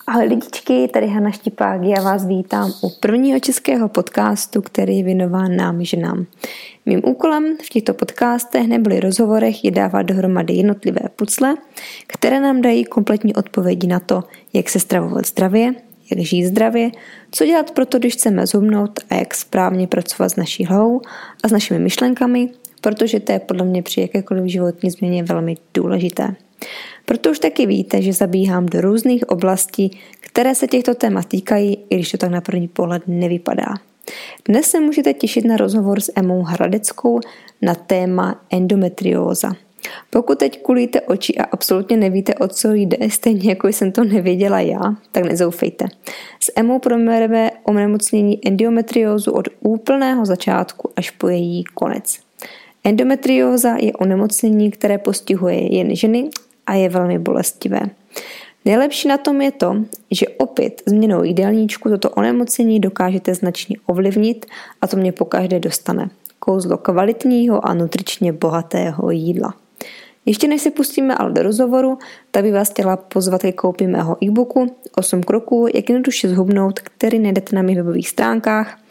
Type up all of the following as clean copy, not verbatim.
Ahoj lidičky, tady Hana Štipák, já vás vítám u prvního českého podcastu, který je věnován nám ženám. Mým úkolem v těchto podcastech neboli rozhovorech je dávat dohromady jednotlivé pucle, které nám dají kompletní odpovědi na to, jak se stravovat zdravě, jak žít zdravě, co dělat pro to, když chceme zhubnout a jak správně pracovat s naší hlavou a s našimi myšlenkami, protože to je podle mě při jakékoliv životní změně velmi důležité. Proto už taky víte, že zabíhám do různých oblastí, které se těchto témat týkají, i když to tak na první pohled nevypadá. Dnes se můžete těšit na rozhovor s Emou Hradeckou na téma endometrióza. Pokud teď kulíte oči a absolutně nevíte, o co jde, stejně jako jsem to nevěděla já, tak nezoufejte. S Emou probereme onemocnění endometriózu od úplného začátku až po její konec. Endometrióza je onemocnění, které postihuje jen ženy a je velmi bolestivé. Nejlepší na tom je to, že opět změnou jídelníčku toto onemocnění dokážete značně ovlivnit a to mě pokaždé dostane. Kouzlo kvalitního a nutričně bohatého jídla. Ještě než se pustíme ale do rozhovoru, tak bych vás chtěla pozvat ke koupi mého e-booku 8 kroků, jak jednoduše zhubnout, který najdete na mých webových stránkách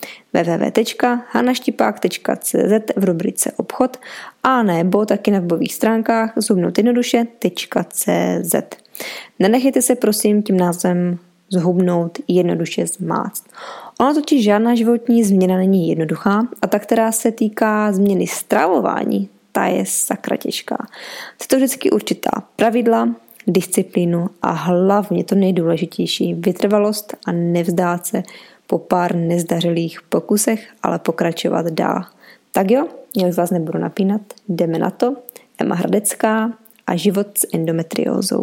www.hanaštipák.cz v rubrice obchod a nebo taky na webových stránkách zhubnoutjednoduše.cz. Nenechejte se prosím tím názvem zhubnout jednoduše zmást. Ona totiž žádná životní změna není jednoduchá a ta, která se týká změny stravování, ta je sakra těžká. Chce to vždycky určitá pravidla, disciplínu a hlavně to nejdůležitější, vytrvalost a nevzdát se po pár nezdařilých pokusech, ale pokračovat dál. Tak jo, já už vás nebudu napínat, jdeme na to. Ema Hradecká a život s endometriózou.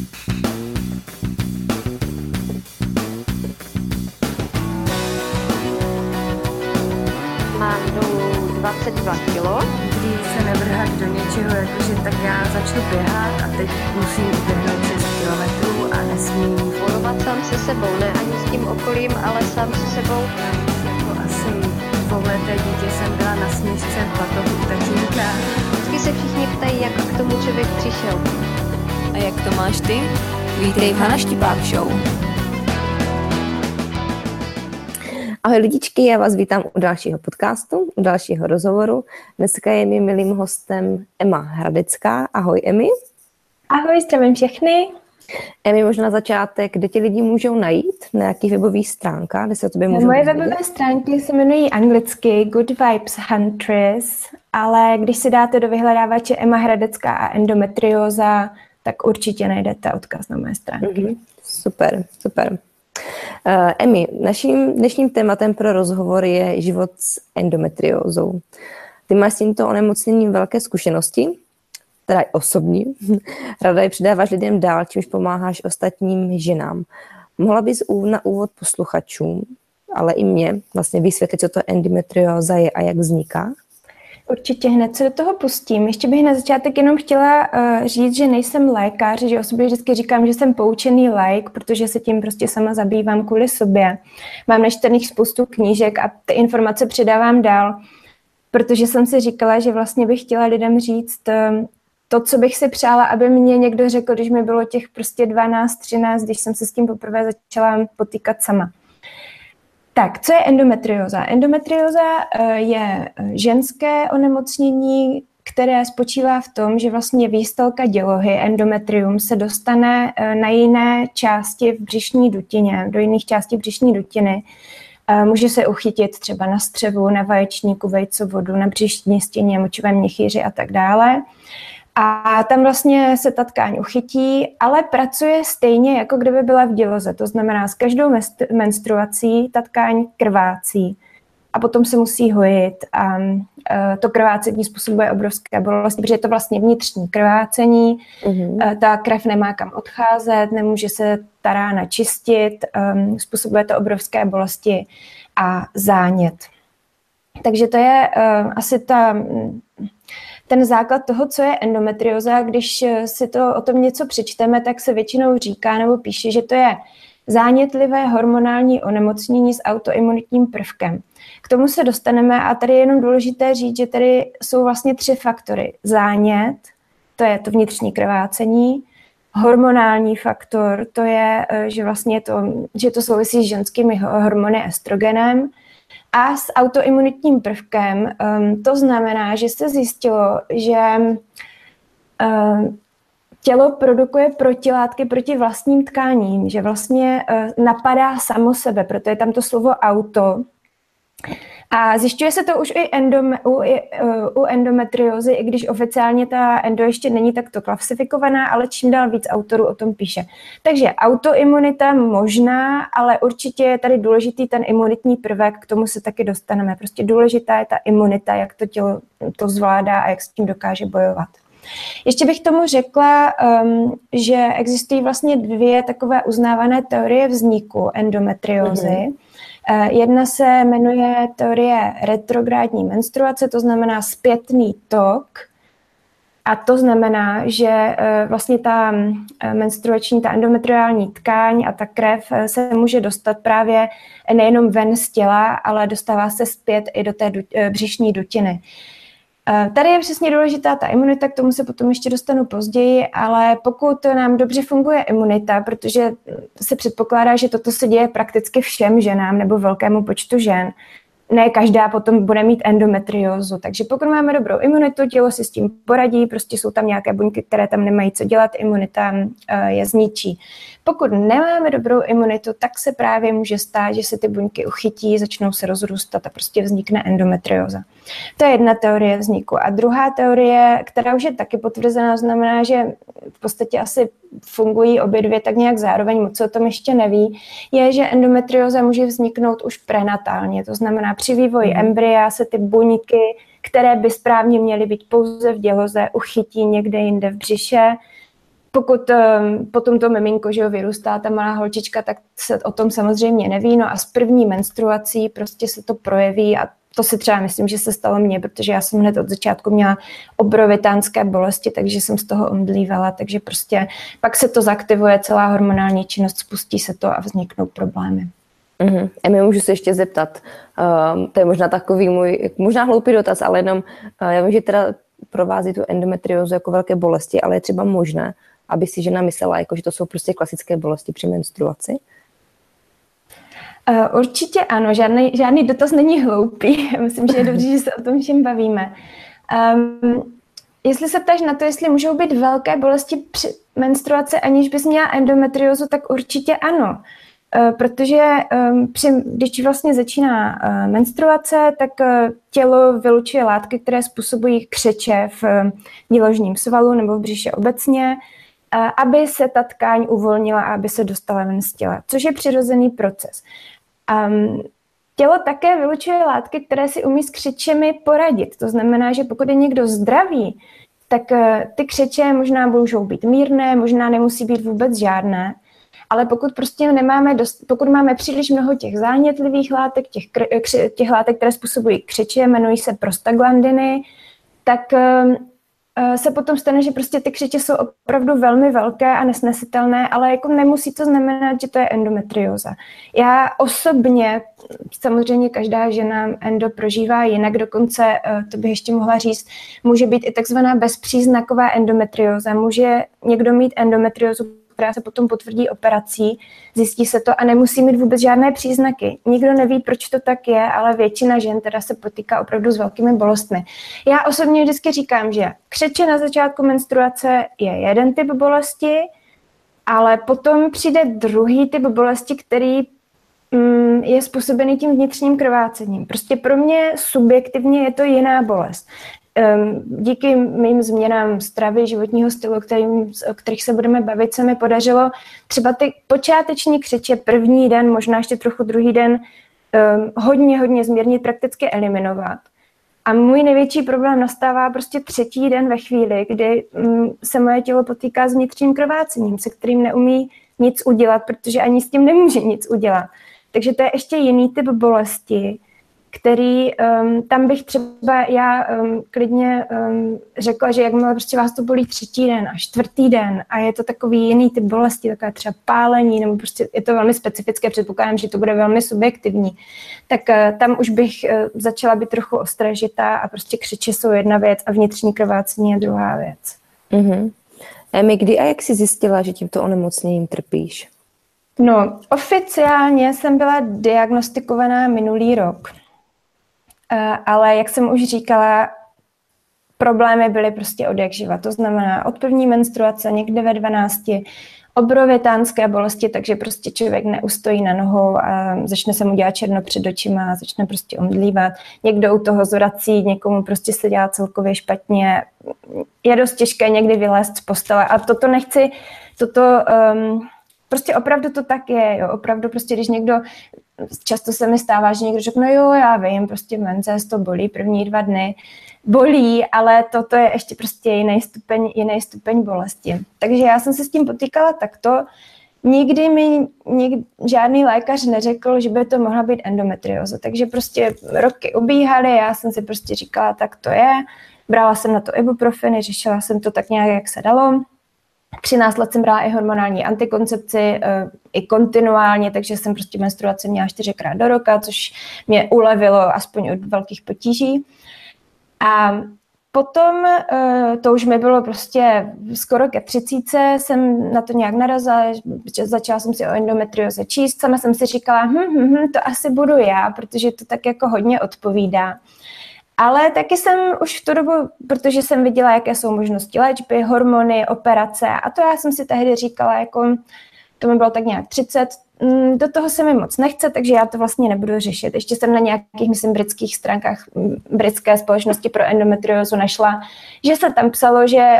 Mám dolů 22 kilo. Když se nevrhat do něčeho, jakože tak já začnu běhat a teď musím uběhnout 6 kilometrů a nesmím Bojovat sám se sebou, ne ani s tím okolím, ale sám se sebou. Jako asi dvouleté dítě jsem byla na sněžce v batohu tatínka. Vždycky se všichni ptají, jak k tomu člověk přišel. A jak to máš ty? Vítej v Hana Štipák Show. Ahoj lidičky, já vás vítám u dalšího podcastu, u dalšího rozhovoru. Dneska je mým milým hostem Ema Hradecká. Ahoj Emi. Ahoj, zdravím všechny. Emi, možná na začátek, kde ti lidi můžou najít, na jakých webových stránkách, kde se o tobě můžou Moje dozvědět? webové stránky se jmenují anglicky Good Vibes Huntress, ale když si dáte do vyhledávače Ema Hradecká a endometrióza, tak určitě najdete odkaz na moje stránky. Super. Emi, naším dnešním tématem pro rozhovor je život s endometriózou. Ty máš s tímto onemocněním velké zkušenosti, teda i osobní. Ráda je předáváš lidem dál, čímž pomáháš ostatním ženám. Mohla bys na úvod posluchačům, ale i mě vlastně vysvětlit, co to endometrióza je a jak vzniká? Určitě hned se do toho pustím. Ještě bych na začátek jenom chtěla říct, že nejsem lékař, že o sobě vždycky říkám, že jsem poučený laik, protože se tím prostě sama zabývám kvůli sobě. Mám načtených spoustu knížek a ty informace předávám dál, protože jsem si říkala, že vlastně bych chtěla lidem říct to, co bych si přála, aby mě někdo řekl, když mi bylo těch prostě 12, 13, když jsem se s tím poprvé začala potýkat sama. Tak, co je endometrióza? Endometrióza je ženské onemocnění, které spočívá v tom, že vlastně výstelka dělohy, endometrium, se dostane na jiné části v břišní dutině, do jiných částí břišní dutiny. Může se uchytit třeba na střevu, na vaječníku, vejcovodu, na břišní stěně, močovém měchýři a tak dále. A tam vlastně se ta tkáň uchytí, ale pracuje stejně, jako kdyby byla v děloze. To znamená, s každou menstruací ta tkáň krvácí a potom se musí hojit. A to krvácení způsobuje obrovské bolesti, protože je to vlastně vnitřní krvácení. Ta krev nemá kam odcházet, nemůže se ta rána čistit, způsobuje to obrovské bolesti a zánět. Takže to je asi ten základ toho, co je endometrióza. Když si o tom něco přečteme, tak se většinou říká nebo píše, že to je zánětlivé hormonální onemocnění s autoimunitním prvkem. K tomu se dostaneme a tady je jenom důležité říct, že tady jsou vlastně 3 faktory. Zánět, to je to vnitřní krvácení, hormonální faktor, to je, že vlastně že to souvisí s ženskými hormony estrogenem a s autoimunitním prvkem. To znamená, že se zjistilo, že tělo produkuje protilátky proti vlastním tkáním, že vlastně napadá samo sebe, proto je tam to slovo auto. A zjišťuje se to už i u endometriózy, i když oficiálně ta endo ještě není takto klasifikovaná, ale čím dál víc autorů o tom píše. Takže autoimunita možná, ale určitě je tady důležitý ten imunitní prvek, k tomu se taky dostaneme. Prostě důležitá je ta imunita, jak to tělo to zvládá a jak s tím dokáže bojovat. Ještě bych tomu řekla, že existují vlastně 2 takové uznávané teorie vzniku endometriózy. Jedna se jmenuje teorie retrográdní menstruace, to znamená zpětný tok. A to znamená, že vlastně ta menstruační, ta endometriální tkáň a ta krev se může dostat právě nejenom ven z těla, ale dostává se zpět i do té břišní dutiny. Tady je přesně důležitá ta imunita, k tomu se potom ještě dostanu později, ale pokud nám dobře funguje imunita, protože se předpokládá, že toto se děje prakticky všem ženám nebo velkému počtu žen, ne každá potom bude mít endometriózu, takže pokud máme dobrou imunitu, tělo si s tím poradí, prostě jsou tam nějaké buňky, které tam nemají co dělat, imunita je zničí. Pokud nemáme dobrou imunitu, tak se právě může stát, že se ty buňky uchytí, začnou se rozrůstat a prostě vznikne endometrióza. To je jedna teorie vzniku. A druhá teorie, která už je taky potvrzená, znamená, že v podstatě asi fungují obě 2 tak nějak zároveň, moc se o tom ještě neví, je, že endometrióza může vzniknout už prenatálně. To znamená, při vývoji embrya se ty buňky, které by správně měly být pouze v děloze, uchytí někde jinde v břiše. Pokud potom to miminko, že ho vyrůstá, ta malá holčička, tak se o tom samozřejmě neví. No a s první menstruací prostě se to projeví a to si třeba myslím, že se stalo mně, protože já jsem hned od začátku měla obrovitánské bolesti, takže jsem z toho omdlívala, takže prostě pak se to zaktivuje, celá hormonální činnost, spustí se to a vzniknou problémy. Emi, můžu se ještě zeptat, to je možná takový můj, možná hloupý dotaz, ale jenom já vím, že teda provází tu endometriózu jako velké bolesti, ale je třeba možné, aby si žena myslela, jako, že to jsou prostě klasické bolesti při menstruaci? Určitě ano, žádný dotaz není hloupý. Myslím, že je dobře, že se o tom všem bavíme. Jestli se ptáš na to, jestli můžou být velké bolesti při menstruaci, aniž bys měla endometriózu, tak určitě ano. Protože když vlastně začíná menstruace, tak tělo vylučuje látky, které způsobují křeče v děložním svalu nebo v břiše obecně, aby se ta tkáň uvolnila a aby se dostala ven z těla, což je přirozený proces. Tělo také vylučuje látky, které si umí s křečemi poradit. To znamená, že pokud je někdo zdravý, tak ty křeče možná můžou být mírné, možná nemusí být vůbec žádné, ale pokud prostě pokud máme příliš mnoho těch zánětlivých látek, těch látek, které způsobují křeče, jmenují se prostaglandiny, tak se potom stane, že prostě ty křeče jsou opravdu velmi velké a nesnesitelné, ale jako nemusí to znamenat, že to je endometrióza. Já osobně, samozřejmě každá žena endo prožívá jinak, dokonce, to bych ještě mohla říct, může být i takzvaná bezpříznaková endometrióza. Může někdo mít endometriózu, která se potom potvrdí operací, zjistí se to a nemusí mít vůbec žádné příznaky. Nikdo neví, proč to tak je, ale většina žen teda se potýká opravdu s velkými bolestmi. Já osobně vždycky říkám, že křeče na začátku menstruace je jeden typ bolesti, ale potom přijde druhý typ bolesti, který je způsobený tím vnitřním krvácením. Prostě pro mě subjektivně je to jiná bolest. Díky mým změnám stravy, životního stylu, o kterých se budeme bavit, se mi podařilo třeba ty počáteční křeče první den, možná ještě trochu druhý den, hodně zmírnit, prakticky eliminovat. A můj největší problém nastává prostě třetí den ve chvíli, kdy se moje tělo potýká s vnitřním krvácením, se kterým neumí nic udělat, protože ani s tím nemůže nic udělat. Takže to je ještě jiný typ bolesti, který tam bych třeba já klidně řekla, že jakmile prostě vás to bolí třetí den a čtvrtý den a je to takový jiný typ bolesti, takové třeba pálení, nebo prostě je to velmi specifické, předpokládám, že to bude velmi subjektivní, tak tam už bych začala být trochu ostražitá a prostě křeče jsou jedna věc a vnitřní krvácení je druhá věc. Mm-hmm. Kdy a jak jsi zjistila, že tímto onemocněním trpíš? No, oficiálně jsem byla diagnostikovaná minulý rok. Ale jak jsem už říkala, problémy byly prostě od jak živa. To znamená od první menstruace někde ve 12, obrovitánské bolesti, takže prostě člověk neustojí na nohou a začne se mu dělat černo před očima a začne prostě omdlívat. Někdo u toho zvrací, někomu prostě se dělá celkově špatně. Je dost těžké někdy vylézt z postele a toto nechci, prostě opravdu to tak je, jo. Opravdu prostě, když někdo, často se mi stává, že někdo řekne, no jo, já vím, prostě menses to bolí první 2 dny, bolí, ale toto je ještě prostě jiný stupeň bolesti. Takže já jsem se s tím potýkala takto. Nikdy mi žádný lékař neřekl, že by to mohla být endometrióza. Takže prostě roky ubíhaly, já jsem si prostě říkala, tak to je. Brala jsem na to ibuprofeny, řešila jsem to tak nějak, jak se dalo. 13 let jsem brala i hormonální antikoncepci, i kontinuálně, takže jsem prostě menstruaci měla 4krát do roka, což mě ulevilo aspoň od velkých potíží. A potom, to už mi bylo prostě skoro ke 30, jsem na to nějak narazila, začala jsem si o endometrióze číst, sama jsem si říkala, to asi budu já, protože to tak jako hodně odpovídá. Ale taky jsem už v tu dobu, protože jsem viděla, jaké jsou možnosti léčby, hormony, operace a to já jsem si tehdy říkala, jako to mi bylo tak nějak 30, do toho se mi moc nechce, takže já to vlastně nebudu řešit. Ještě jsem na nějakých, myslím, britských stránkách britské společnosti pro endometriózu našla, že se tam psalo, že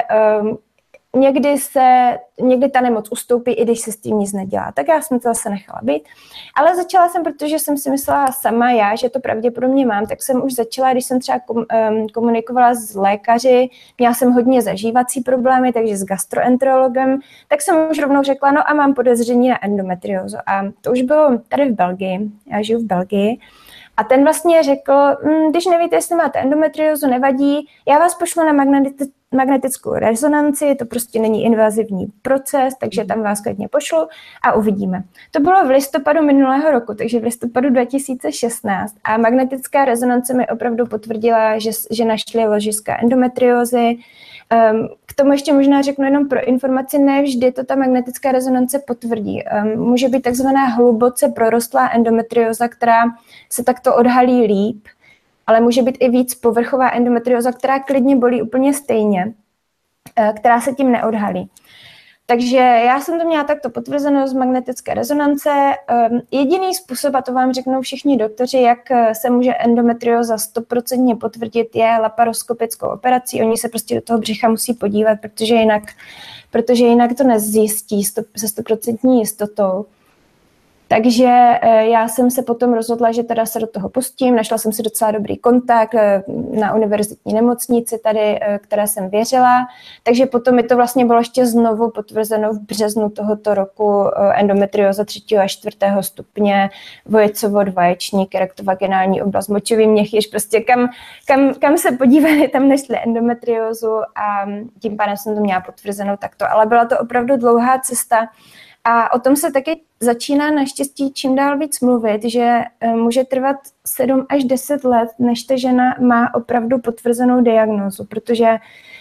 někdy ta nemoc ustoupí, i když se s tím nic nedělá. Tak já jsem to zase nechala být. Ale začala jsem, protože jsem si myslela sama já, že to pravděpodobně mám, tak jsem už začala, když jsem třeba komunikovala s lékaři, měla jsem hodně zažívací problémy, takže s gastroenterologem, tak jsem už rovnou řekla, no a mám podezření na endometriózu. A to už bylo tady v Belgii, já žiju v Belgii. A ten vlastně řekl, když nevíte, jestli máte endometriózu, nevadí, já vás pošlu na magnetickou rezonanci, to prostě není invazivní proces, takže tam vás klidně pošlu a uvidíme. To bylo v listopadu minulého roku, takže v listopadu 2016 a magnetická rezonance mi opravdu potvrdila, že našli ložiska endometriózy. K tomu ještě možná řeknu jenom pro informaci, ne vždy to ta magnetická rezonance potvrdí. Může být takzvaná hluboce prorostlá endometrióza, která se takto odhalí líp, ale může být i víc povrchová endometrióza, která klidně bolí úplně stejně, která se tím neodhalí. Takže já jsem to měla takto potvrzeno z magnetické rezonance. Jediný způsob, a to vám řeknou všichni doktoři, jak se může endometrióza 100% potvrdit, je laparoskopickou operací. Oni se prostě do toho břicha musí podívat, protože jinak to nezjistí se 100% jistotou. Takže já jsem se potom rozhodla, že teda se do toho pustím. Našla jsem si docela dobrý kontakt na univerzitní nemocnici tady, které jsem věřila. Takže potom mi to vlastně bylo ještě znovu potvrzeno v březnu tohoto roku endometrióza 3. a 4. stupně, vojicovod, vaječník, rektovaginální oblast, močový měchýř, prostě kam se podívali, tam našli endometriózu a tím pádem jsem to měla potvrzeno takto. Ale byla to opravdu dlouhá cesta. A o tom se taky začíná naštěstí čím dál víc mluvit, že může trvat 7 až 10 let, než ta žena má opravdu potvrzenou diagnózu, protože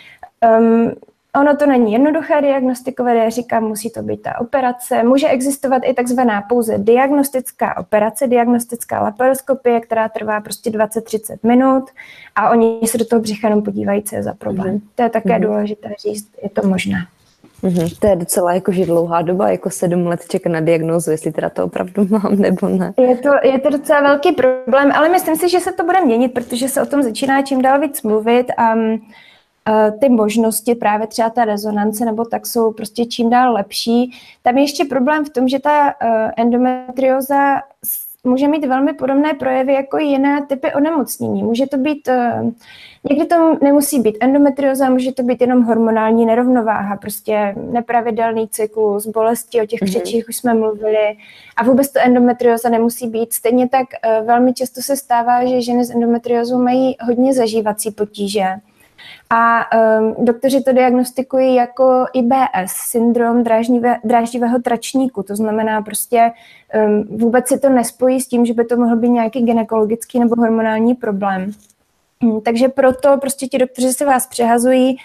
ono to není jednoduché diagnostikovat, já říkám, musí to být ta operace. Může existovat i takzvaná pouze diagnostická operace, diagnostická laparoskopie, která trvá prostě 20-30 minut a oni se do toho břicha jenom podívají, co je za problém. To je také důležité říct, je to možné. To je docela jakože dlouhá doba, jako 7 let čekat na diagnózu, jestli teda to opravdu mám nebo ne. Je to docela velký problém, ale myslím si, že se to bude měnit, protože se o tom začíná čím dál víc mluvit a ty možnosti, právě třeba ta rezonance nebo tak jsou prostě čím dál lepší. Tam je ještě problém v tom, že ta endometrióza může mít velmi podobné projevy jako jiné typy onemocnění. Může to být, někdy to nemusí být endometrióza, může to být jenom hormonální nerovnováha, prostě nepravidelný cyklus, bolesti, o těch křečích už jsme mluvili a vůbec to endometrióza nemusí být. Stejně tak velmi často se stává, že ženy s endometriózou mají hodně zažívací potíže. A doktoři to diagnostikují jako IBS, syndrom dráždivého tračníku. To znamená prostě vůbec si to nespojí s tím, že by to mohl být nějaký gynekologický nebo hormonální problém. Takže proto prostě ti doktoři se vás přehazují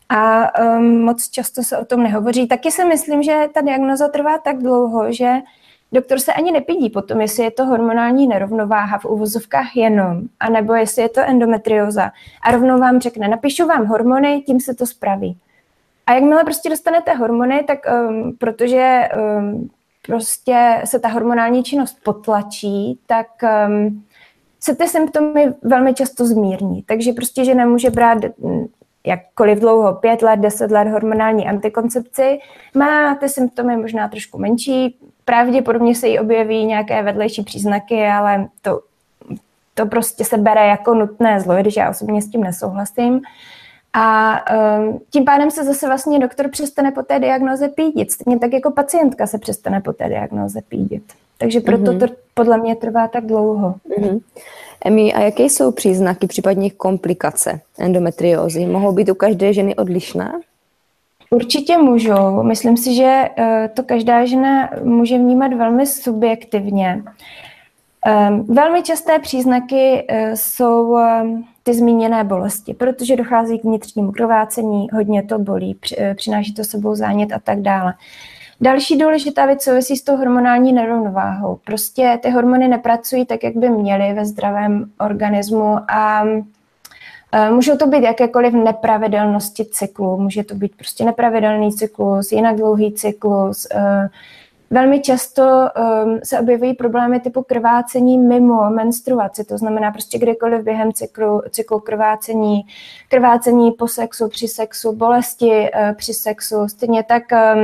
A moc často se o tom nehovoří. Taky si myslím, že ta diagnoza trvá tak dlouho, že doktor se ani nepídí potom, jestli je to hormonální nerovnováha v uvozovkách jenom, anebo jestli je to endometrióza. A rovnou vám řekne, napíšu vám hormony, tím se to spraví. A jakmile prostě dostanete hormony, tak protože prostě se ta hormonální činnost potlačí, tak se ty symptomy velmi často zmírní. Takže prostě žena může brát jakkoliv dlouho, 5 let, 10 let hormonální antikoncepci, má ty symptomy možná trošku menší, pravděpodobně se jí objeví nějaké vedlejší příznaky, ale to prostě se bere jako nutné zlo, když já osobně s tím nesouhlasím. A tím pádem se zase vlastně doktor přestane po té diagnoze pídit. Stejně tak jako pacientka se přestane po té diagnoze pídit. Takže proto to podle mě trvá tak dlouho. Emi, a jaké jsou příznaky, případně komplikace endometriózy? Mohou být u každé ženy odlišné? Určitě můžou. Myslím si, že to každá žena může vnímat velmi subjektivně. Velmi časté příznaky jsou ty zmíněné bolesti, protože dochází k vnitřnímu krvácení, hodně to bolí, přináší to sebou zánět a tak dále. Další důležitá věc souvisí s tou hormonální nerovnováhou. Prostě ty hormony nepracují tak, jak by měly ve zdravém organismu a můžou to být jakékoliv nepravidelnosti cyklu. Může to být prostě nepravidelný cyklus, jinak dlouhý cyklus. Velmi často se objevují problémy typu krvácení mimo menstruaci, to znamená prostě kdykoliv během cyklu krvácení po sexu, při sexu, bolesti při sexu. Stejně tak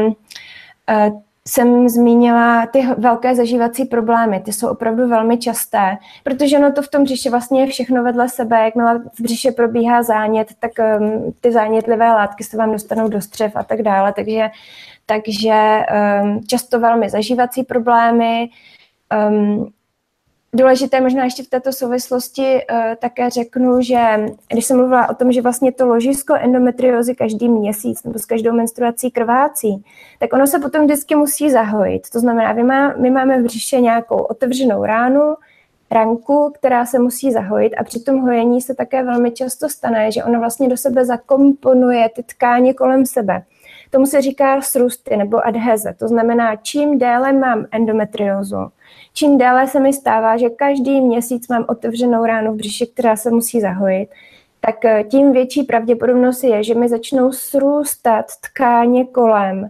jsem zmínila ty velké zažívací problémy, ty jsou opravdu velmi časté, protože ono to v tom břiše vlastně je všechno vedle sebe, jakmile v břiše probíhá zánět, tak ty zánětlivé látky se vám dostanou do střev a tak dále, takže často velmi zažívací problémy. Důležité možná ještě v této souvislosti také řeknu, že když jsem mluvila o tom, že vlastně to ložisko endometriózy každý měsíc nebo s každou menstruací krvácí, tak ono se potom vždycky musí zahojit. To znamená, my máme v břiše nějakou otevřenou ranku, která se musí zahojit a při tom hojení se také velmi často stane, že ono vlastně do sebe zakomponuje ty tkáně kolem sebe. Tomu se říká srůsty nebo adheze. To znamená, čím déle mám endometriózu, čím déle se mi stává, že každý měsíc mám otevřenou ránu v břiše, která se musí zahojit, tak tím větší pravděpodobnost je, že mi začnou srůstat tkáně kolem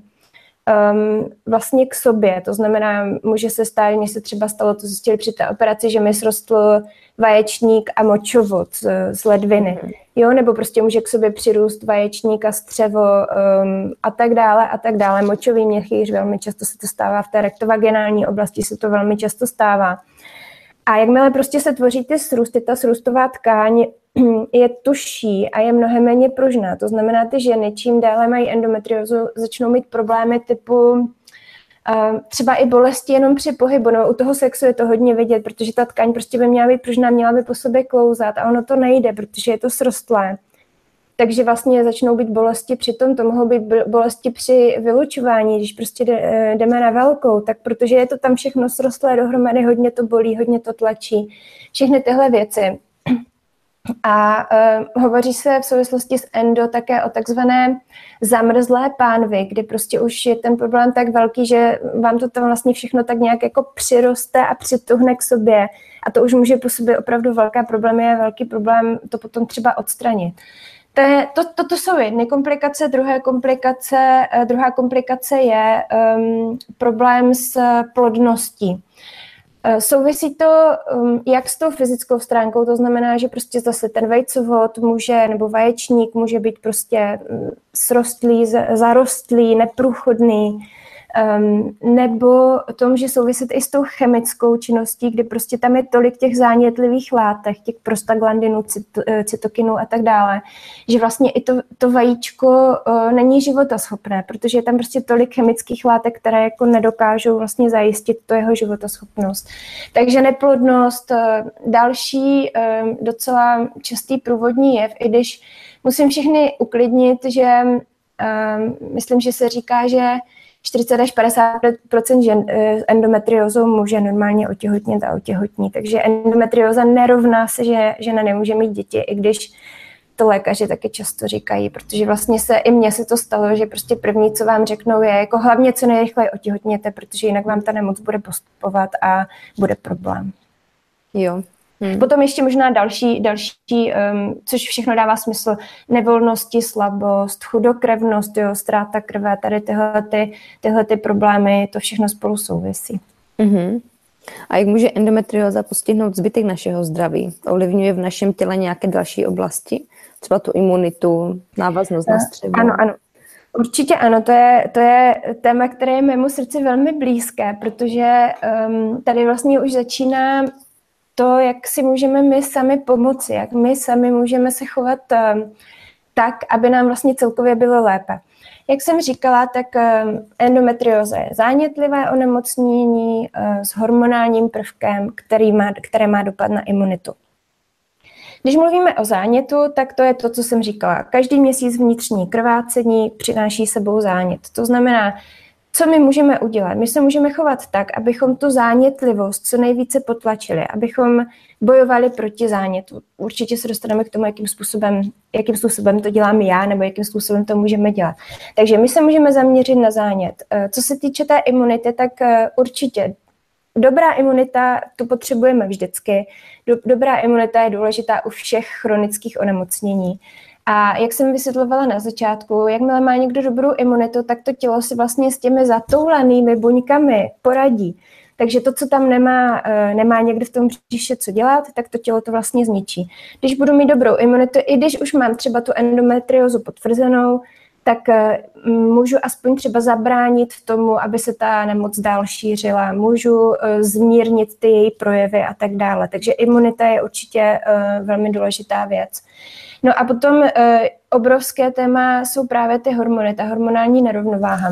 vlastně k sobě. To znamená, může se stát, mně se třeba stalo, to zjistili při té operaci, že mi srostl vaječník a močovod z ledviny. Jo, nebo prostě může k sobě přirůst vaječník a střevo a tak dále. Močový měchýř, velmi často se to stává v té rektovaginální oblasti, se to velmi často stává. A jakmile prostě se tvoří ty srůsty, ta srůstová tkáň je tužší a je mnohem méně pružná. To znamená, ty ženy, čím déle mají endometriózu, začnou mít problémy typu třeba i bolesti jenom při pohybu. No, u toho sexu je to hodně vidět, protože ta tkáň prostě by měla být pružná, měla by po sobě klouzat a ono to nejde, protože je to srostlé. Takže vlastně začnou být bolesti při tom, to mohou být bolesti při vylučování, když prostě jdeme na velkou, tak protože je to tam všechno srostlé dohromady, hodně to bolí, hodně to tlačí, všechny tyhle věci. A hovoří se v souvislosti s endo také o takzvané zamrzlé pánvi, kdy prostě už je ten problém tak velký, že vám to tam vlastně všechno tak nějak jako přiroste a přituhne k sobě. A to už může působit opravdu velké problémy, je velký problém to potom třeba odstranit. To jsou jedny komplikace, druhá komplikace je problém s plodností. Souvisí to jak s tou fyzickou stránkou, to znamená, že prostě zase ten vejcovod může, nebo vaječník může být prostě srostlý, zarostlý, neprůchodný, nebo to může souviset i s tou chemickou činností, kdy prostě tam je tolik těch zánětlivých látek, těch prostaglandinů, cytokinů a tak dále, že vlastně i to vajíčko není životaschopné, protože je tam prostě tolik chemických látek, které jako nedokážou vlastně zajistit to jeho životaschopnost. Takže neplodnost, další docela častý průvodní jev, i když musím všechny uklidnit, že myslím, že se říká, že 40 až 50% žen endometriózou může normálně otěhotnět a otěhotní. Takže endometrióza nerovná se, že žena nemůže mít děti, i když to lékaři taky často říkají, protože vlastně i mně se to stalo, že prostě první, co vám řeknou, je jako hlavně co nejrychleji otěhotněte, protože jinak vám ta nemoc bude postupovat a bude problém. Jo. Potom ještě možná další, což všechno dává smysl, nevolnosti, slabost, chudokrevnost, jo, ztráta krve, tady tyhle ty problémy, to všechno spolu souvisí. A jak může endometrióza postihnout zbytek našeho zdraví? Ovlivňuje v našem těle nějaké další oblasti? Třeba tu imunitu, návaznost na střevo? Ano. Určitě ano, to je téma, které je mému srdci velmi blízké, protože tady vlastně už začíná to, jak si můžeme my sami pomoci, jak my sami můžeme se chovat tak, aby nám vlastně celkově bylo lépe. Jak jsem říkala, tak endometrióza je zánětlivé onemocnění s hormonálním prvkem, které má dopad na imunitu. Když mluvíme o zánětu, tak to je to, co jsem říkala. Každý měsíc vnitřní krvácení přináší sebou zánět. To znamená, co my můžeme udělat? My se můžeme chovat tak, abychom tu zánětlivost co nejvíce potlačili, abychom bojovali proti zánětu. Určitě se dostaneme k tomu, jakým způsobem to dělám já, nebo jakým způsobem to můžeme dělat. Takže my se můžeme zaměřit na zánět. Co se týče té imunity, tak určitě dobrá imunita, tu potřebujeme vždycky. Dobrá imunita je důležitá u všech chronických onemocnění. A jak jsem vysvětlovala na začátku, jakmile má někdo dobrou imunitu, tak to tělo si vlastně s těmi zatoulanými buňkami poradí. Takže to, co tam nemá někdo v tom břiše co dělat, tak to tělo to vlastně zničí. Když budu mít dobrou imunitu, i když už mám třeba tu endometriózu potvrzenou, tak můžu aspoň třeba zabránit tomu, aby se ta nemoc dál šířila, můžu zmírnit ty její projevy a tak dále. Takže imunita je určitě velmi důležitá věc. No a potom obrovské téma jsou právě ty hormony, ta hormonální nerovnováha.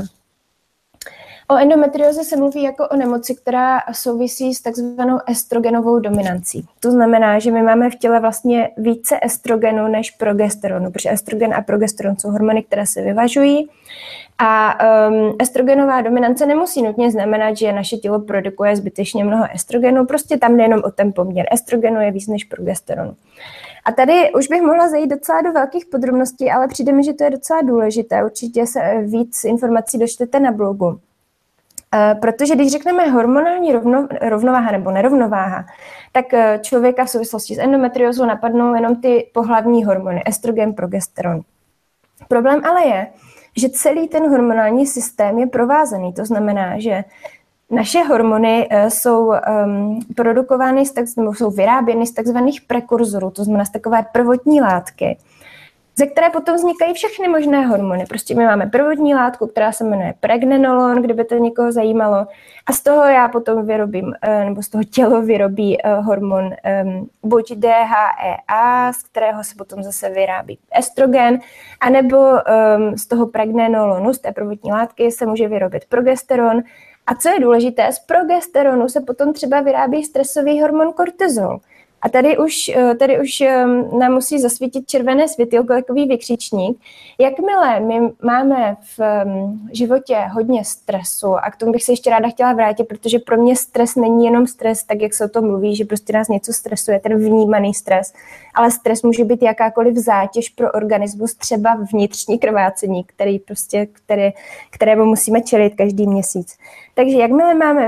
O endometrióze se mluví jako o nemoci, která souvisí s takzvanou estrogenovou dominancí. To znamená, že my máme v těle vlastně více estrogenu než progesteronu, protože estrogen a progesteron jsou hormony, které se vyvažují. A estrogenová dominance nemusí nutně znamenat, že naše tělo produkuje zbytečně mnoho estrogenu, prostě tam jde jenom o ten poměr. Estrogenu je víc než progesteronu. A tady už bych mohla zajít docela do velkých podrobností, ale přijde mi, že to je docela důležité. Určitě se víc informací dočtete na blogu. Protože když řekneme hormonální rovnováha nebo nerovnováha, tak člověka v souvislosti s endometriózou napadnou jenom ty pohlavní hormony, estrogen, progesteron. Problém ale je, že celý ten hormonální systém je provázaný. To znamená, že naše hormony jsou produkovány, nebo jsou vyráběny z takzvaných prekurzorů, to znamená z takové prvotní látky, ze které potom vznikají všechny možné hormony. Prostě my máme prvotní látku, která se jmenuje pregnenolon, kdyby to někoho zajímalo. A z toho já potom vyrobím, nebo z toho tělo vyrobí hormon buď DHEA, z kterého se potom zase vyrábí estrogen, anebo z toho pregnenolonu, z té prvotní látky, se může vyrobit progesteron. A co je důležité, z progesteronu se potom třeba vyrábí stresový hormon kortizol. A tady už nám musí zasvítit červené světýlko, takový vykřičník. Jakmile my máme v životě hodně stresu, a k tomu bych se ještě ráda chtěla vrátit, protože pro mě stres není jenom stres, tak jak se o tom mluví, že prostě nás něco stresuje, ten vnímaný stres, ale stres může být jakákoliv zátěž pro organismus, třeba vnitřní krvácení, kterému musíme čelit každý měsíc. Takže jakmile máme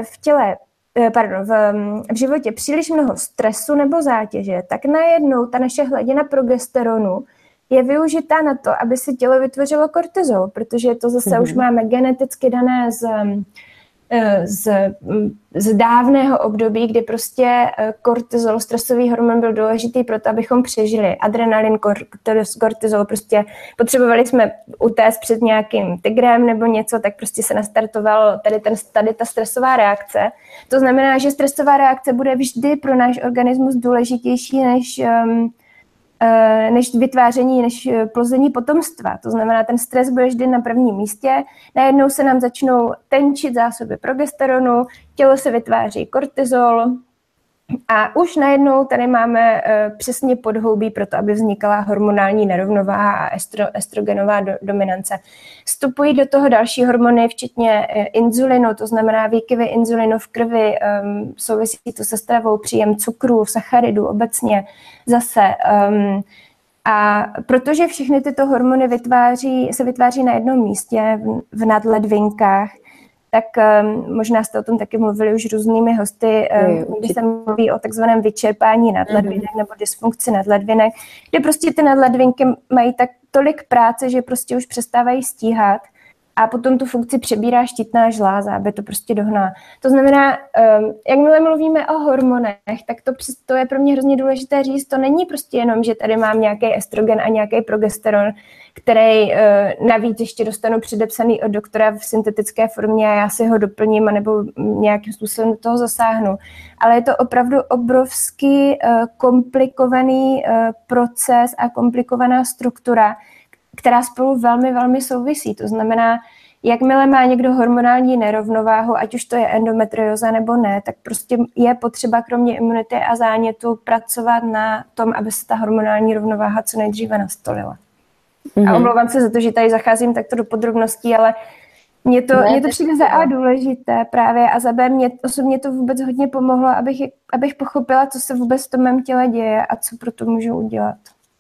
v životě příliš mnoho stresu nebo zátěže, tak najednou ta naše hladina progesteronu je využitá na to, aby si tělo vytvořilo kortizol, protože to zase už máme geneticky dané z dávného období, kdy prostě kortizol, stresový hormon byl důležitý pro to, abychom přežili. Adrenalin, kortizol, prostě potřebovali jsme utéct před nějakým tigrem nebo něco, tak prostě se nastartoval tady ta stresová reakce. To znamená, že stresová reakce bude vždy pro náš organismus důležitější než vytváření, než plození potomstva. To znamená, ten stres bude vždy na prvním místě. Najednou se nám začnou tenčit zásoby progesteronu, tělo se vytváří kortizol a už najednou tady máme přesně podhoubí pro to, aby vznikala hormonální nerovnováha a estrogenová dominance. Vstupují do toho další hormony, včetně inzulinu, to znamená výkyvy inzulinu v krvi, souvisí to se stravou, příjem cukrů, sacharidů obecně. Zase A protože všechny tyto hormony se vytváří na jednom místě, v nadledvinkách, tak možná jste o tom taky mluvili už různými hosty, kdy se mluví o takzvaném vyčerpání nadledvinek nebo dysfunkci nadledvinek, kde prostě ty nadledvinky mají tak tolik práce, že prostě už přestávají stíhat a potom tu funkci přebírá štítná žláza, aby to prostě dohnala. To znamená, jakmile mluvíme o hormonech, tak to je pro mě hrozně důležité říct, to není prostě jenom, že tady mám nějaký estrogen a nějaký progesteron, který navíc ještě dostanu předepsaný od doktora v syntetické formě a já si ho doplním anebo nějakým způsobem do toho zasáhnu. Ale je to opravdu obrovský komplikovaný proces a komplikovaná struktura, která spolu velmi, velmi souvisí. To znamená, jakmile má někdo hormonální nerovnováhu, ať už to je endometrioza nebo ne, tak prostě je potřeba kromě imunity a zánětu pracovat na tom, aby se ta hormonální rovnováha co nejdříve nastolila. A omlouvám se za to, že tady zacházím takto do podrobností, ale mně to přijde za A důležité právě a za B mě osobně to vůbec hodně pomohlo, abych pochopila, co se vůbec v tom mém těle děje a co pro to můžu udělat.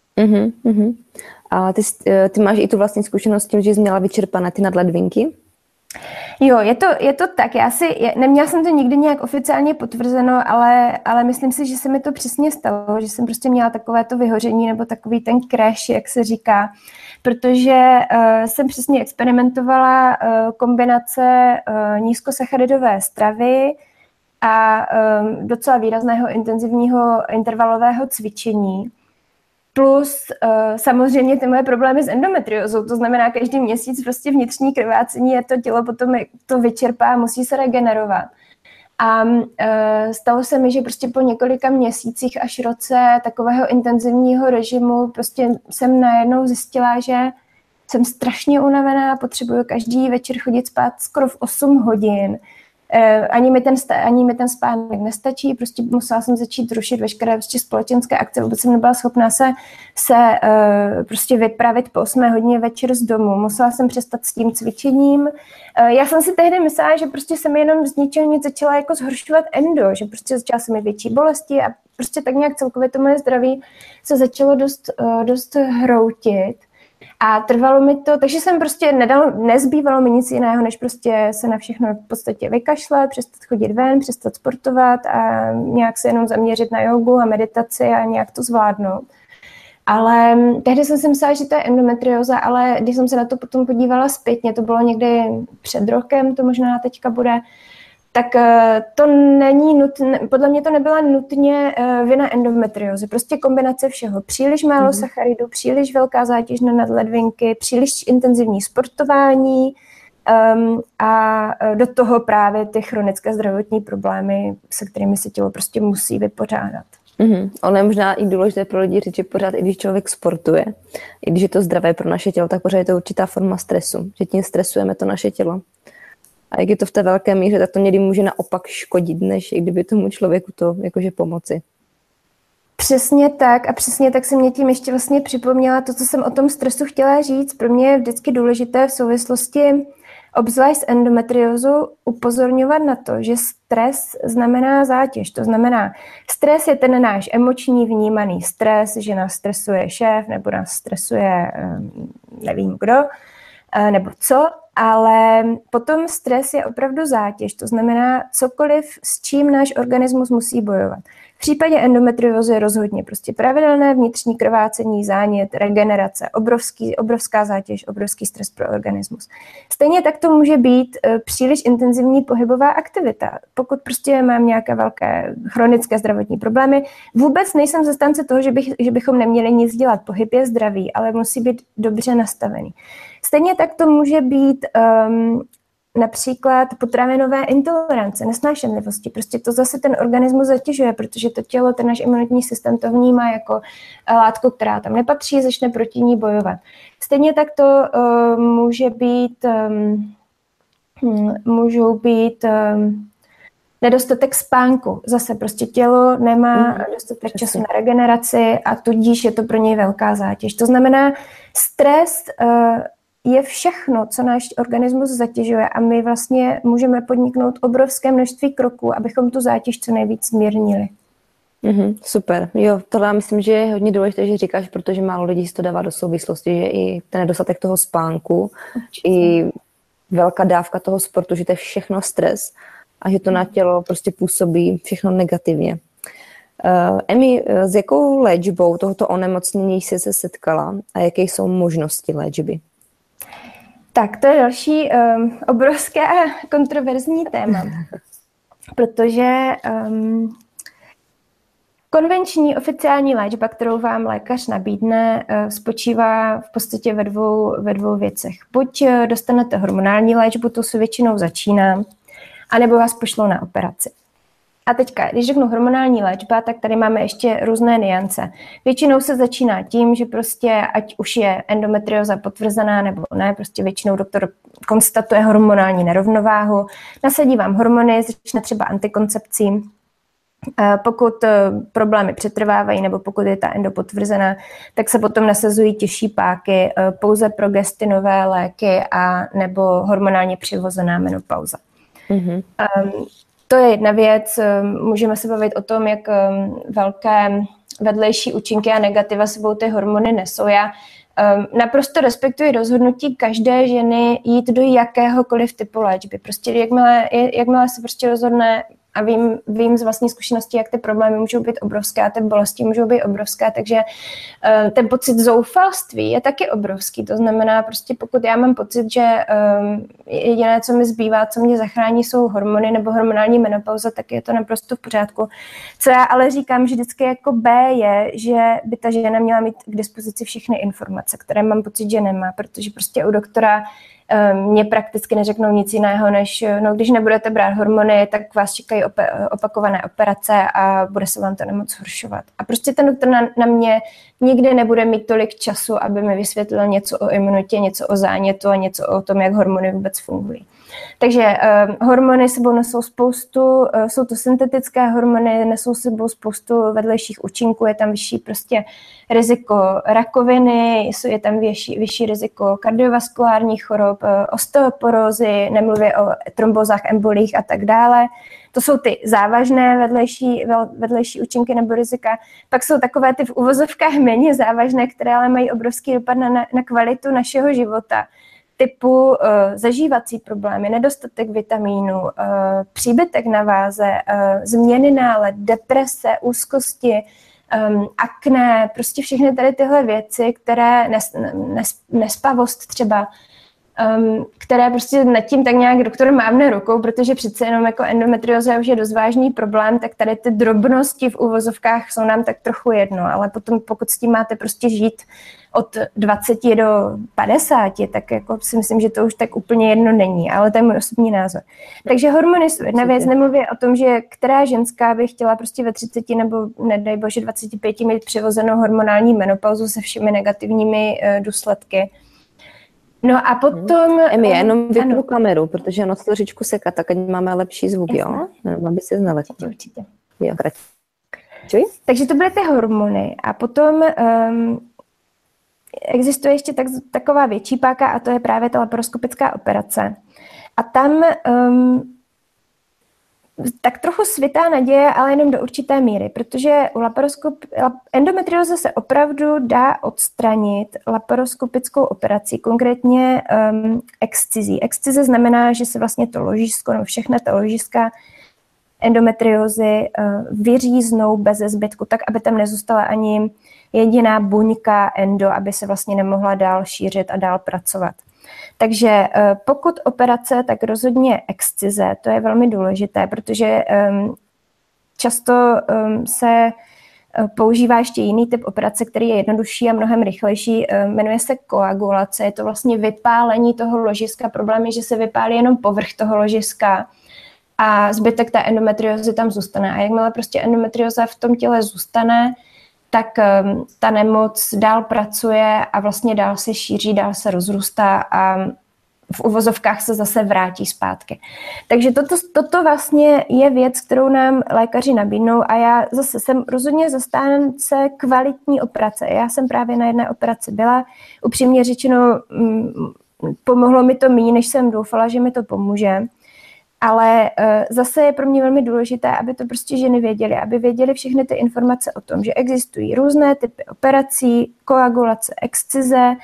A ty máš i tu vlastní zkušenost s tím, že jsi měla vyčerpané ty nadledvinky? Jo, je to tak. Neměla jsem to nikdy nějak oficiálně potvrzeno, ale myslím si, že se mi to přesně stalo, že jsem prostě měla takovéto vyhoření nebo takový ten crash, jak se říká, protože jsem přesně experimentovala kombinace nízkosacharidové stravy a docela výrazného intenzivního intervalového cvičení. Plus samozřejmě ty moje problémy s endometriózou, to znamená každý měsíc prostě vnitřní krvácení a to tělo potom to vyčerpá, musí se regenerovat. A stalo se mi, že prostě po několika měsících až roce takového intenzivního režimu prostě jsem najednou zjistila, že jsem strašně unavená, potřebuju každý večer chodit spát skoro v 8 hodin. Ani mi ten spánek nestačí, prostě musela jsem začít rušit veškeré prostě společenské akce, vůbec jsem nebyla schopná se prostě vypravit po 8 hodině večer z domu, musela jsem přestat s tím cvičením. Já jsem si tehdy myslela, že prostě jsem jenom z ničeho nic začala jako zhoršovat endo, že prostě začala se mi větší bolesti a prostě tak nějak celkově to moje zdraví se začalo dost hroutit. A trvalo mi to, takže jsem prostě nezbývalo mi nic jiného, než prostě se na všechno v podstatě vykašlat, přestat chodit ven, přestat sportovat a nějak se jenom zaměřit na jogu a meditaci a nějak to zvládnout. Ale tehdy jsem si myslela, že to je endometrióza, ale když jsem se na to potom podívala zpětně, to bylo někdy před rokem, to možná teďka bude, tak to není nutné, podle mě to nebyla nutně vina endometriózy, prostě kombinace všeho. Příliš málo sacharidů, příliš velká zátěž na nadledvinky, příliš intenzivní sportování a do toho právě ty chronické zdravotní problémy, se kterými se tělo prostě musí vypořádat. Ono je možná i důležité pro lidi říct, že pořád, i když člověk sportuje, i když je to zdravé pro naše tělo, tak pořád je to určitá forma stresu, že tím stresujeme to naše tělo. A jak je to v té velké míře, tak to někdy může naopak škodit, než i kdyby tomu člověku to jakože pomoci. Přesně tak a přesně tak se mě tím ještě vlastně připomněla to, co jsem o tom stresu chtěla říct. Pro mě je vždycky důležité v souvislosti obzvlášť s endometriózou upozorňovat na to, že stres znamená zátěž. To znamená, stres je ten náš emoční vnímaný stres, že nás stresuje šéf nebo nás stresuje nevím kdo nebo co, ale potom stres je opravdu zátěž, to znamená cokoliv, s čím náš organismus musí bojovat. V případě endometriózy rozhodně prostě pravidelné vnitřní krvácení, zánět, regenerace, obrovská zátěž, obrovský stres pro organismus. Stejně tak to může být příliš intenzivní pohybová aktivita. Pokud prostě mám nějaké velké chronické zdravotní problémy, vůbec nejsem zastánce toho, že bychom neměli nic dělat. Pohyb je zdravý, ale musí být dobře nastavený. Stejně tak to může být například potravinové intolerance, nesnášenlivosti. Prostě to zase ten organismus zatěžuje, protože to tělo, ten náš imunitní systém to vnímá jako látku, která tam nepatří, začne proti ní bojovat. Stejně tak to můžou být nedostatek spánku. Zase prostě tělo nemá dostatek času na regeneraci a tudíž je to pro něj velká zátěž. To znamená, stres je všechno, co náš organismus zatěžuje a my vlastně můžeme podniknout obrovské množství kroků, abychom tu zátěž co nejvíc zmírnili. Super. Jo, tohle já myslím, že je hodně důležité, že říkáš, protože málo lidí si to dává do souvislosti, že i ten nedostatek toho spánku, i velká dávka toho sportu, že to je všechno stres a že to na tělo prostě působí všechno negativně. Emi, s jakou léčbou tohoto onemocnění jsi se setkala a jaké jsou možnosti léčby? Tak to je další obrovské a kontroverzní téma, protože konvenční oficiální léčba, kterou vám lékař nabídne, spočívá v podstatě ve dvou věcech. Buď dostanete hormonální léčbu, to se většinou začíná, anebo vás pošlou na operaci. A teďka, když řeknu hormonální léčba, tak tady máme ještě různé niance. Většinou se začíná tím, že prostě, ať už je endometrioza potvrzená nebo ne, prostě většinou doktor konstatuje hormonální nerovnováhu, nasadí vám hormony, začne třeba antikoncepcí. Pokud problémy přetrvávají nebo pokud je ta endo potvrzená, tak se potom nasazují těžší páky, pouze progestinové léky a nebo hormonálně přivozená menopauza. To je jedna věc. Můžeme se bavit o tom, jak velké vedlejší účinky a negativa sebou ty hormony nesou. Já naprosto respektuji rozhodnutí každé ženy jít do jakéhokoliv typu léčby. Prostě jakmile se prostě rozhodne, a vím z vlastní zkušenosti, jak ty problémy můžou být obrovské a ty bolesti můžou být obrovské, takže ten pocit zoufalství je taky obrovský. To znamená, prostě pokud já mám pocit, že jediné, co mi zbývá, co mě zachrání, jsou hormony nebo hormonální menopauza, tak je to naprosto v pořádku. Co já ale říkám, že vždycky jako B je, že by ta žena měla mít k dispozici všechny informace, které mám pocit, že nemá, protože prostě u doktora mě prakticky neřeknou nic jiného, než když nebudete brát hormony, tak vás čekají opakované operace a bude se vám to nemoc zhoršovat. A prostě ten doktor na mě nikdy nebude mít tolik času, aby mi vysvětlil něco o imunitě, něco o zánětu a něco o tom, jak hormony vůbec fungují. Takže hormony sebou nesou spoustu, jsou to syntetické hormony, nesou sebou spoustu vedlejších účinků, je tam vyšší prostě riziko rakoviny, je tam vyšší riziko kardiovaskulárních chorob, osteoporózy, nemluvě o trombózách, embolích a tak dále. To jsou ty závažné vedlejší účinky nebo rizika. Pak jsou takové ty v uvozovkách méně závažné, které ale mají obrovský dopad na kvalitu našeho života. Typu zažívací problémy, nedostatek vitamínu, příbytek na váze, změny nálad, deprese, úzkosti, akné, prostě všechny tady tyhle věci, které nespavost třeba, které prostě nad tím tak nějak doktor mávne rukou, protože přece jenom jako endometrioza už je dost vážný problém, tak tady ty drobnosti v uvozovkách jsou nám tak trochu jedno, ale potom pokud s tím máte prostě žít od 20 do 50, tak jako si myslím, že to už tak úplně jedno není, ale to je můj osobní názor. Takže hormony jsou jedna věc, nemluvě o tom, že která ženská by chtěla prostě ve 30 nebo nedej bože 25 mít přivozenou hormonální menopauzu se všemi negativními důsledky. No a potom... Emi, já jenom vypnu kameru, protože ono to trošičku seká, tak ať máme lepší zvuk, jo? Aby se znali. Určitě. Jo, takže to byly ty hormony. A potom existuje ještě taková větší páka a to je právě ta laparoskopická operace. A tam tak trochu svitá naděje, ale jenom do určité míry, protože u endometrioza se opravdu dá odstranit laparoskopickou operací, konkrétně excizí. Excize znamená, že se vlastně to ložisko, no všechna ta ložiska endometriozy vyříznou bez zbytku, tak aby tam nezůstala ani jediná buňka endo, aby se vlastně nemohla dál šířit a dál pracovat. Takže pokud operace, tak rozhodně excize, to je velmi důležité, protože často se používá ještě jiný typ operace, který je jednodušší a mnohem rychlejší, jmenuje se koagulace, je to vlastně vypálení toho ložiska, problém je, že se vypálí jenom povrch toho ložiska a zbytek té endometriozy tam zůstane. A jakmile prostě endometrioza v tom těle zůstane, tak ta nemoc dál pracuje a vlastně dál se šíří, dál se rozrůstá a v uvozovkách se zase vrátí zpátky. Takže toto vlastně je věc, kterou nám lékaři nabídnou a já zase jsem rozhodně zastánce kvalitní operace. Já jsem právě na jedné operaci byla. Upřímně řečeno, pomohlo mi to méně, než jsem doufala, že mi to pomůže. Ale zase je pro mě velmi důležité, aby to prostě ženy věděly, aby věděly všechny ty informace o tom, že existují různé typy operací, koagulace, excize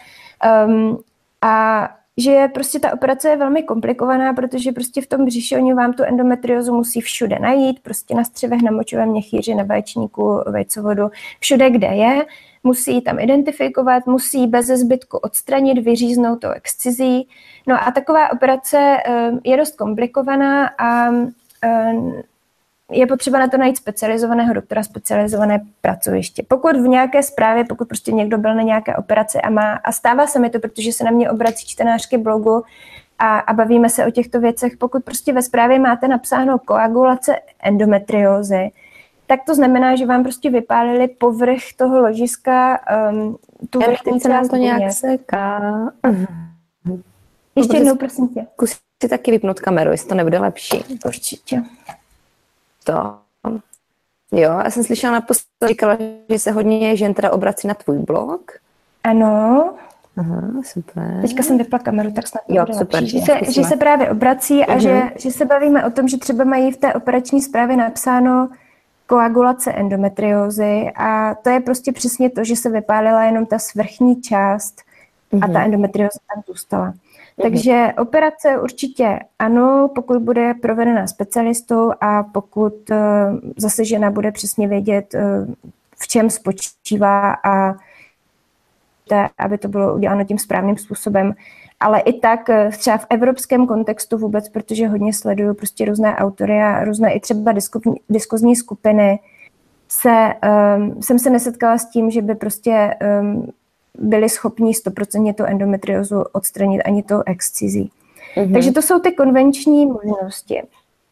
a že prostě ta operace je velmi komplikovaná, protože prostě v tom břiše oni vám tu endometriózu musí všude najít, prostě na střevech, na močovém měchýři, na vaječníku, vejcovodu, všude, kde je, musí ji tam identifikovat, musí bez zbytku odstranit, vyříznout tou excizí. No a taková operace je dost komplikovaná a je potřeba na to najít specializovaného doktora, specializované pracoviště. Pokud v nějaké zprávě, pokud prostě někdo byl na nějaké operaci a stává se mi to, protože se na mě obrací čtenářky blogu a bavíme se o těchto věcech, pokud prostě ve zprávě máte napsáno koagulace endometriózy, tak to znamená, že vám prostě vypálili povrch toho ložiska, tu vrchní se nám to nějak seká. Ještě jednou, prosím tě. Zkus si taky vypnout kameru, jestli to nebude lepší. Určitě. To. Jo, já jsem slyšela naposledy, říkala, že se hodně žen teda obrací na tvůj blog. Ano. Aha, super. Teďka jsem vypla kameru, tak snad jo, super, že se právě obrací a že se bavíme o tom, že třeba mají v té operační zprávě napsáno koagulace endometriózy a to je prostě přesně to, že se vypálila jenom ta svrchní část a ta endometrióza tam zůstala. Takže operace určitě ano, pokud bude provedena specialistou a pokud zase žena bude přesně vědět, v čem spočívá a aby to bylo uděláno tím správným způsobem. Ale i tak třeba v evropském kontextu vůbec, protože hodně sleduju prostě různé autory a různé i třeba diskuzní skupiny, jsem se nesetkala s tím, že by prostě byli schopni 100% tu endometriózu odstranit ani tou excizí. Takže to jsou ty konvenční možnosti.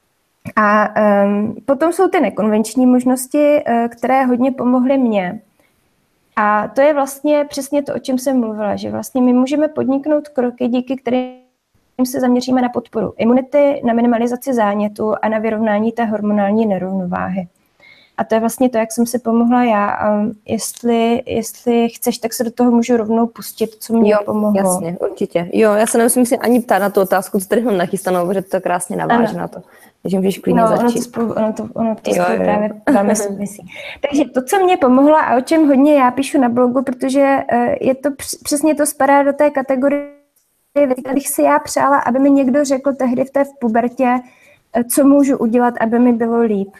A potom jsou ty nekonvenční možnosti, které hodně pomohly mně. A to je vlastně přesně to, o čem jsem mluvila, že vlastně my můžeme podniknout kroky, díky kterým se zaměříme na podporu imunity, na minimalizaci zánětu a na vyrovnání té hormonální nerovnováhy. A to je vlastně to, jak jsem si pomohla já. A jestli chceš, tak se do toho můžu rovnou pustit, co mě pomohlo. Jasně, určitě. Jo, já se nemusím si ani ptát na tu otázku, co tady mám nachystanou, protože to krásně naváže na to. Takže můžeš klidně začít. Ono to právě velmi souvisí. Takže to, co mě pomohlo a o čem hodně já píšu na blogu, protože je to přesně to spadá do té kategorie, bych si já přála, aby mi někdo řekl tehdy v té pubertě, co můžu udělat, aby mi bylo líp.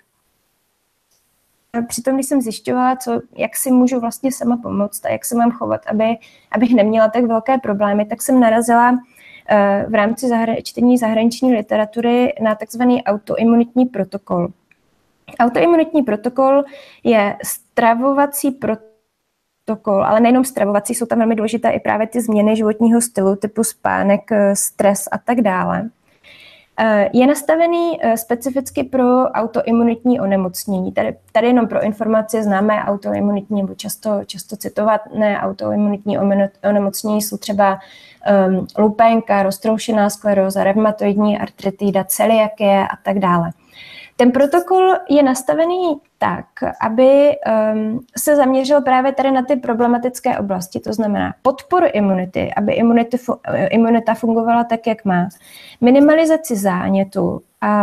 Přitom, když jsem zjišťovala, jak si můžu vlastně sama pomoct a jak se mám chovat, abych neměla tak velké problémy, tak jsem narazila v rámci čtení zahraniční literatury na takzvaný autoimunitní protokol. Autoimunitní protokol je stravovací protokol, ale nejenom stravovací, jsou tam velmi důležité i právě ty změny životního stylu, typu spánek, stres a tak dále. Je nastavený specificky pro autoimunitní onemocnění. Tady jenom pro informaci známe autoimunitní, nebo často citované autoimunitní onemocnění jsou třeba lupénka, roztroušená skleróza, revmatoidní artritida, celiakie a tak dále. Ten protokol je nastavený tak, aby se zaměřil právě tady na ty problematické oblasti, to znamená podporu imunity, aby imunita fungovala tak, jak má, minimalizaci zánětu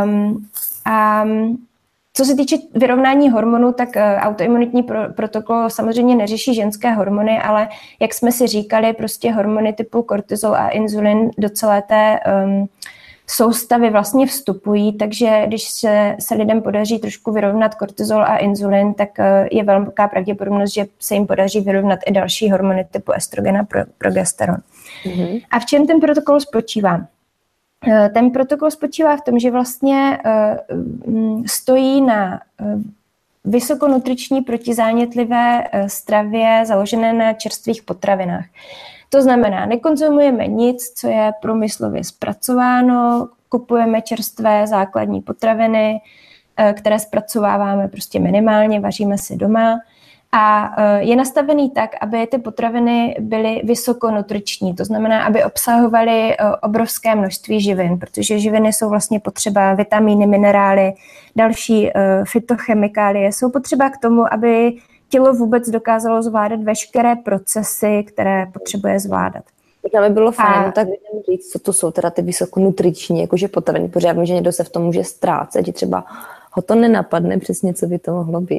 a co se týče vyrovnání hormonů, tak autoimunitní protokol samozřejmě neřeší ženské hormony, ale jak jsme si říkali, prostě hormony typu kortizol a inzulin do celé té soustavy vlastně vstupují, takže když se lidem podaří trošku vyrovnat kortizol a inzulin, tak je velká pravděpodobnost, že se jim podaří vyrovnat i další hormony typu estrogen a progesteron. A v čem ten protokol spočívá? Ten protokol spočívá v tom, že vlastně stojí na vysokonutriční protizánětlivé stravě založené na čerstvých potravinách. To znamená, nekonzumujeme nic, co je průmyslově zpracováno, kupujeme čerstvé základní potraviny, které zpracováváme prostě minimálně, vaříme si doma a je nastavený tak, aby ty potraviny byly vysokonutriční, to znamená, aby obsahovaly obrovské množství živin, protože živiny jsou vlastně potřeba, vitamíny, minerály, další fytochemikálie jsou potřeba k tomu, aby tělo vůbec dokázalo zvládat veškeré procesy, které potřebuje zvládat. Možná by bylo fajn, tak lidem říct, co to jsou teda ty vysokonutriční jakože potraviny, protože já vím, že někdo se v tom může ztrácet, že třeba ho to nenapadne přesně, co by to mohlo být.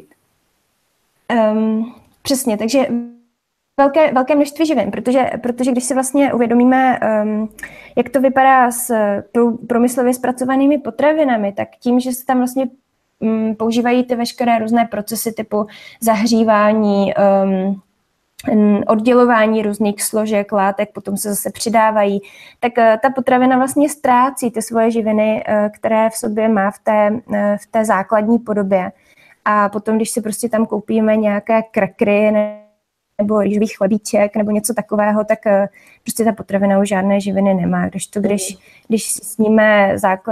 Přesně, takže velké množství živin, protože když si vlastně uvědomíme, jak to vypadá s průmyslově zpracovanými potravinami, tak tím, že se tam vlastně používají ty veškeré různé procesy typu zahřívání, oddělování různých složek, látek, potom se zase přidávají, tak ta potravina vlastně ztrácí ty svoje živiny, které v sobě má v té základní podobě. A potom, když si prostě tam koupíme nějaké krakry nebo rýžový chlebíček nebo něco takového, tak prostě ta potravina už žádné živiny nemá. Když sníme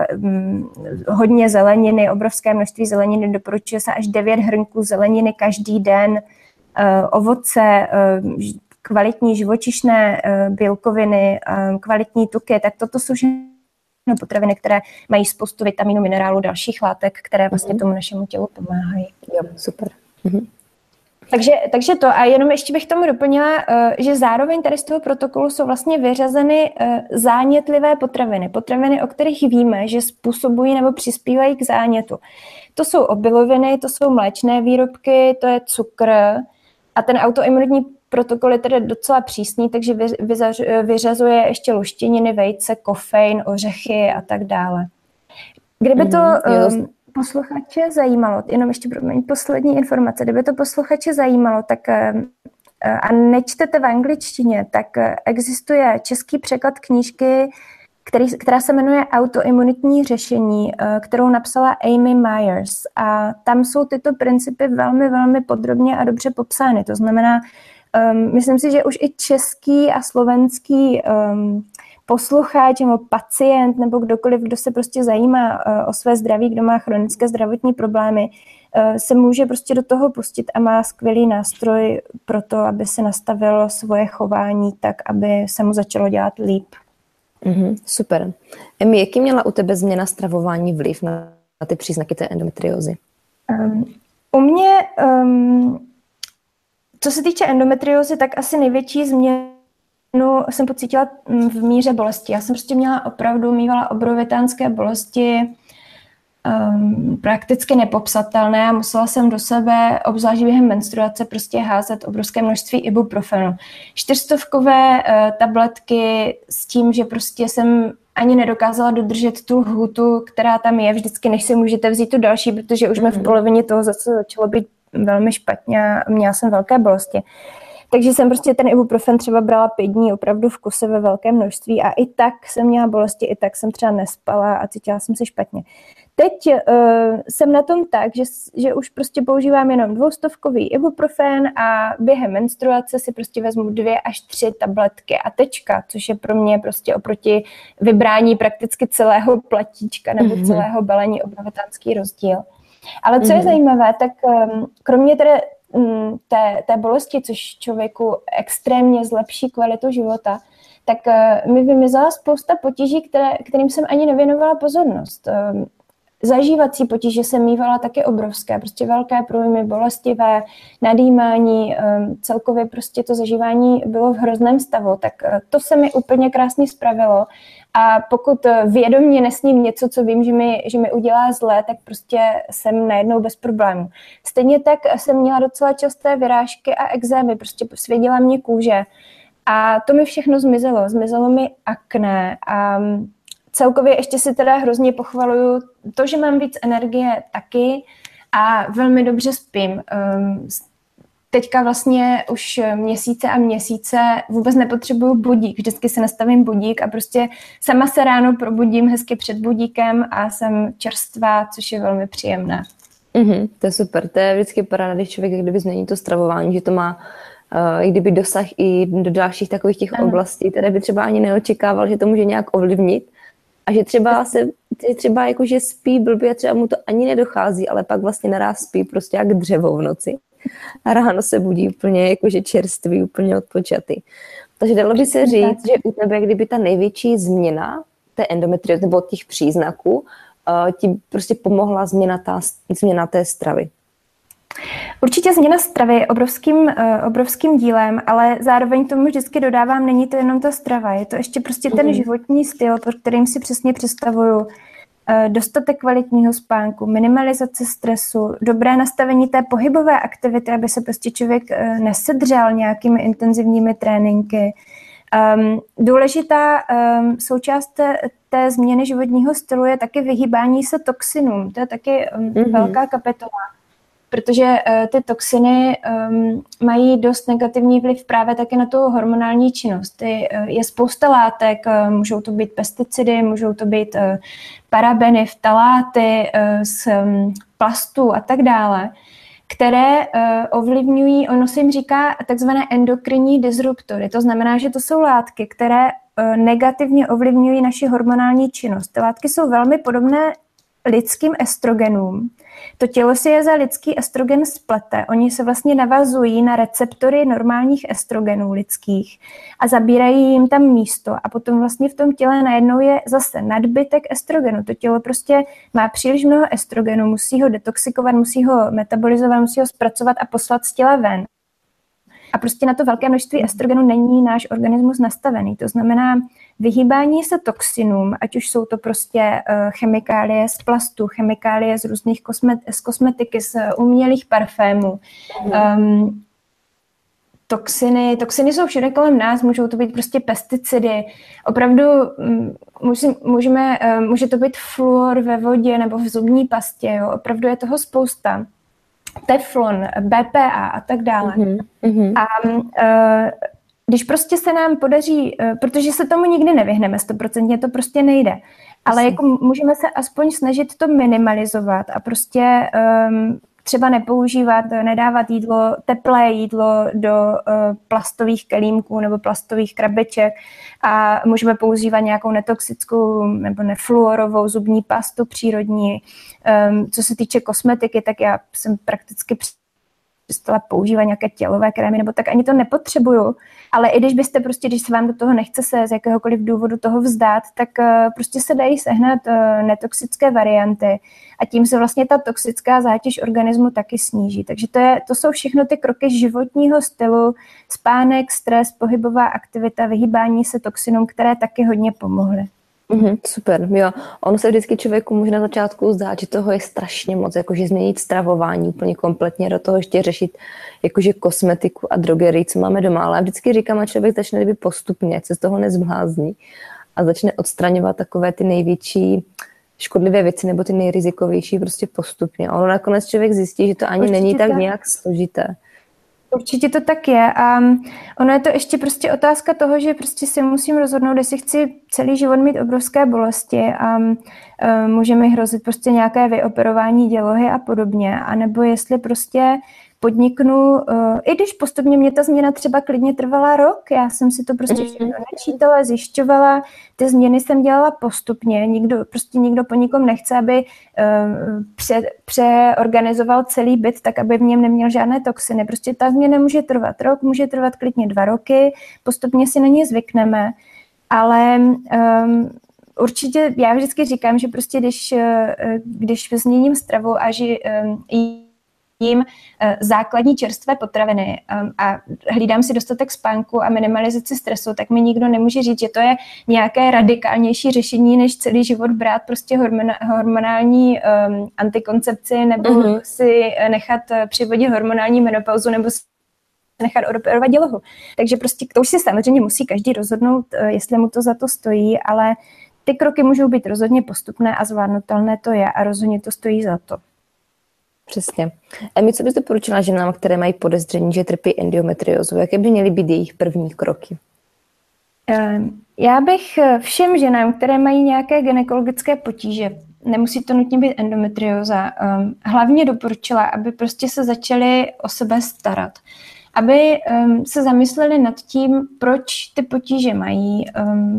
hodně zeleniny, obrovské množství zeleniny, doporučuje se až 9 hrnků zeleniny každý den, ovoce, kvalitní živočišné bílkoviny, kvalitní tuky, tak toto jsou potraviny, které mají spoustu vitamínů, minerálů, dalších látek, které vlastně tomu našemu tělu pomáhají. Jo, super. Takže to. A jenom ještě bych tomu doplnila, že zároveň tady z toho protokolu jsou vlastně vyřazeny zánětlivé potraviny. Potraviny, o kterých víme, že způsobují nebo přispívají k zánětu. To jsou obiloviny, to jsou mléčné výrobky, to je cukr. A ten autoimunitní protokol je tedy docela přísný, takže vyřazuje ještě luštěniny, vejce, kofein, ořechy a tak dále. Kdyby to posluchače zajímalo, jenom ještě poslední informace, kdyby to posluchače zajímalo, tak a nečtete v angličtině, tak existuje český překlad knížky, která se jmenuje Autoimunitní řešení, kterou napsala Amy Myers. A tam jsou tyto principy velmi, velmi podrobně a dobře popsány. To znamená, myslím si, že už i český a slovenský posluchač nebo pacient nebo kdokoliv, kdo se prostě zajímá o své zdraví, kdo má chronické zdravotní problémy, se může prostě do toho pustit a má skvělý nástroj pro to, aby se nastavilo svoje chování tak, aby se mu začalo dělat líp. Super. Emi, jaký měla u tebe změna stravování vliv na ty příznaky té endometriózy? U mě, co se týče endometriózy, tak asi největší změnu jsem pocítila v míře bolesti. Já jsem prostě mývala obrovitánské bolesti, prakticky nepopsatelné a musela jsem do sebe, obzvlášť během menstruace, prostě házet obrovské množství ibuprofenu. 400 tabletky s tím, že prostě jsem ani nedokázala dodržet tu lhůtu, která tam je vždycky, než si můžete vzít tu další, protože už mi v polovině toho zase začalo být velmi špatně a měla jsem velké bolesti. Takže jsem prostě ten ibuprofen třeba brala 5 dní opravdu v kuse ve velkém množství a i tak jsem měla bolesti, i tak jsem třeba nespala a cítila jsem se špatně. Teď jsem na tom tak, že už prostě používám jenom 200 ibuprofen a během menstruace si prostě vezmu 2 až 3 tabletky a tečka, což je pro mě prostě oproti vybrání prakticky celého platíčka nebo celého balení obrovitánský rozdíl. Ale co je zajímavé, tak kromě té bolesti, což člověku extrémně zlepší kvalitu života, tak mi vymizela spousta potíží, kterým jsem ani nevěnovala pozornost. Zažívací potíže jsem mívala taky obrovské, prostě velké průjmy, bolestivé, nadýmání, celkově prostě to zažívání bylo v hrozném stavu, tak to se mi úplně krásně spravilo a pokud vědomě nesním něco, co vím, že mi udělá zlé, tak prostě jsem najednou bez problémů. Stejně tak jsem měla docela časté vyrážky a ekzémy, prostě svěděla mě kůže a to mi všechno zmizelo mi akné a celkově ještě si teda hrozně pochvaluju to, že mám víc energie taky a velmi dobře spím. Teďka vlastně už měsíce a měsíce vůbec nepotřebuju budík. Vždycky si nastavím budík a prostě sama se ráno probudím hezky před budíkem a jsem čerstvá, což je velmi příjemné. To je super. To je vždycky paráda, když člověk kdyby změní to stravování, že to má i kdyby dosah i do dalších takových těch oblastí, které by třeba ani neočekával, že to může nějak ovlivnit. A že třeba jakože spí blbě, třeba mu to ani nedochází, ale pak vlastně naráz spí prostě jak dřevo v noci. A ráno se budí úplně jakože čerstvý, úplně odpočatý. Takže dalo by se říct, že u tebe, kdyby ta největší změna té endometriózy nebo těch příznaků, ti prostě pomohla změna té stravy. Určitě změna stravy je obrovským dílem, ale zároveň tomu vždycky dodávám, není to jenom ta strava, je to ještě prostě ten životní styl, pod kterým si přesně představuju dostatek kvalitního spánku, minimalizace stresu, dobré nastavení té pohybové aktivity, aby se prostě člověk nesedřel nějakými intenzivními tréninky. Důležitá součást té změny životního stylu je taky vyhýbání se toxinům. To je taky velká kapitola, protože ty toxiny mají dost negativní vliv právě taky na tu hormonální činnost. Je spousta látek, můžou to být pesticidy, můžou to být parabeny, ftaláty z plastů a tak dále, které ovlivňují, ono se jim říká takzvané endokrinní disruptory. To znamená, že to jsou látky, které negativně ovlivňují naši hormonální činnost. Ty látky jsou velmi podobné lidským estrogenům. To tělo si je za lidský estrogen splete. Oni se vlastně navazují na receptory normálních estrogenů lidských a zabírají jim tam místo a potom vlastně v tom těle najednou je zase nadbytek estrogenu. To tělo prostě má příliš mnoho estrogenu, musí ho detoxikovat, musí ho metabolizovat, musí ho zpracovat a poslat z těla ven. A prostě na to velké množství estrogenu není náš organismus nastavený. To znamená vyhýbání se toxinům, ať už jsou to prostě chemikálie z plastu, chemikálie z různých z kosmetiky, z umělých parfémů. Toxiny jsou všude kolem nás, můžou to být prostě pesticidy. Opravdu může to být fluor ve vodě nebo v zubní pastě. Jo? Opravdu je toho spousta. Teflon, BPA a tak dále. A když prostě se nám podaří, protože se tomu nikdy nevyhneme, 100%, to prostě nejde, ale jako můžeme se aspoň snažit to minimalizovat a prostě třeba nedávat teplé jídlo do plastových kelímků nebo plastových krabiček a můžeme používat nějakou netoxickou nebo nefluorovou zubní pastu přírodní. Co se týče kosmetiky, tak já jsem prakticky přestala používat nějaké tělové krémy, nebo tak ani to nepotřebuju, ale i když se vám do toho nechce se z jakéhokoliv důvodu toho vzdát, tak prostě se dají sehnat netoxické varianty a tím se vlastně ta toxická zátěž organismu taky sníží. Takže to jsou všechno ty kroky životního stylu, spánek, stres, pohybová aktivita, vyhýbání se toxinům, které taky hodně pomohly. Super, jo. Ono se vždycky člověku může na začátku zdát, že toho je strašně moc, jakože změnit stravování úplně kompletně, do toho ještě řešit jakože kosmetiku a drogerii, co máme doma, ale já vždycky říkám, a člověk začne líbit postupně, se z toho nezblázní a začne odstraňovat takové ty největší škodlivé věci nebo ty nejrizikovější prostě postupně. A ono nakonec člověk zjistí, že to ani není tak nějak složité. Určitě to tak je a ono je to ještě prostě otázka toho, že prostě si musím rozhodnout, jestli chci celý život mít obrovské bolesti a může mi hrozit prostě nějaké vyoperování dělohy a podobně, anebo jestli prostě podniknu, i když postupně mě ta změna třeba klidně trvala rok, já jsem si to prostě všechno načítala, zjišťovala, ty změny jsem dělala postupně, nikdo po nikom nechce, aby přeorganizoval celý byt tak, aby v něm neměl žádné toxiny. Prostě ta změna může trvat rok, může trvat klidně 2 roky, postupně si na ně zvykneme, ale určitě já vždycky říkám, že prostě když změním stravu a jím základní čerstvé potraviny a hlídám si dostatek spánku a minimalizaci stresu, tak mi nikdo nemůže říct, že to je nějaké radikálnější řešení, než celý život brát prostě hormonální antikoncepci nebo si nechat přivodit hormonální menopauzu nebo si nechat odoperovat dělohu. Takže prostě to už si samozřejmě musí každý rozhodnout, jestli mu to za to stojí, ale ty kroky můžou být rozhodně postupné a zvládnutelné to je a rozhodně to stojí za to. Přesně. Emi, co bys doporučila ženám, které mají podezření, že trpí endometriózou? Jaké by měly být jejich první kroky? Já bych všem ženám, které mají nějaké gynekologické potíže, nemusí to nutně být endometrióza, hlavně doporučila, aby prostě se začaly o sebe starat. Aby se zamysleli nad tím, proč ty potíže mají,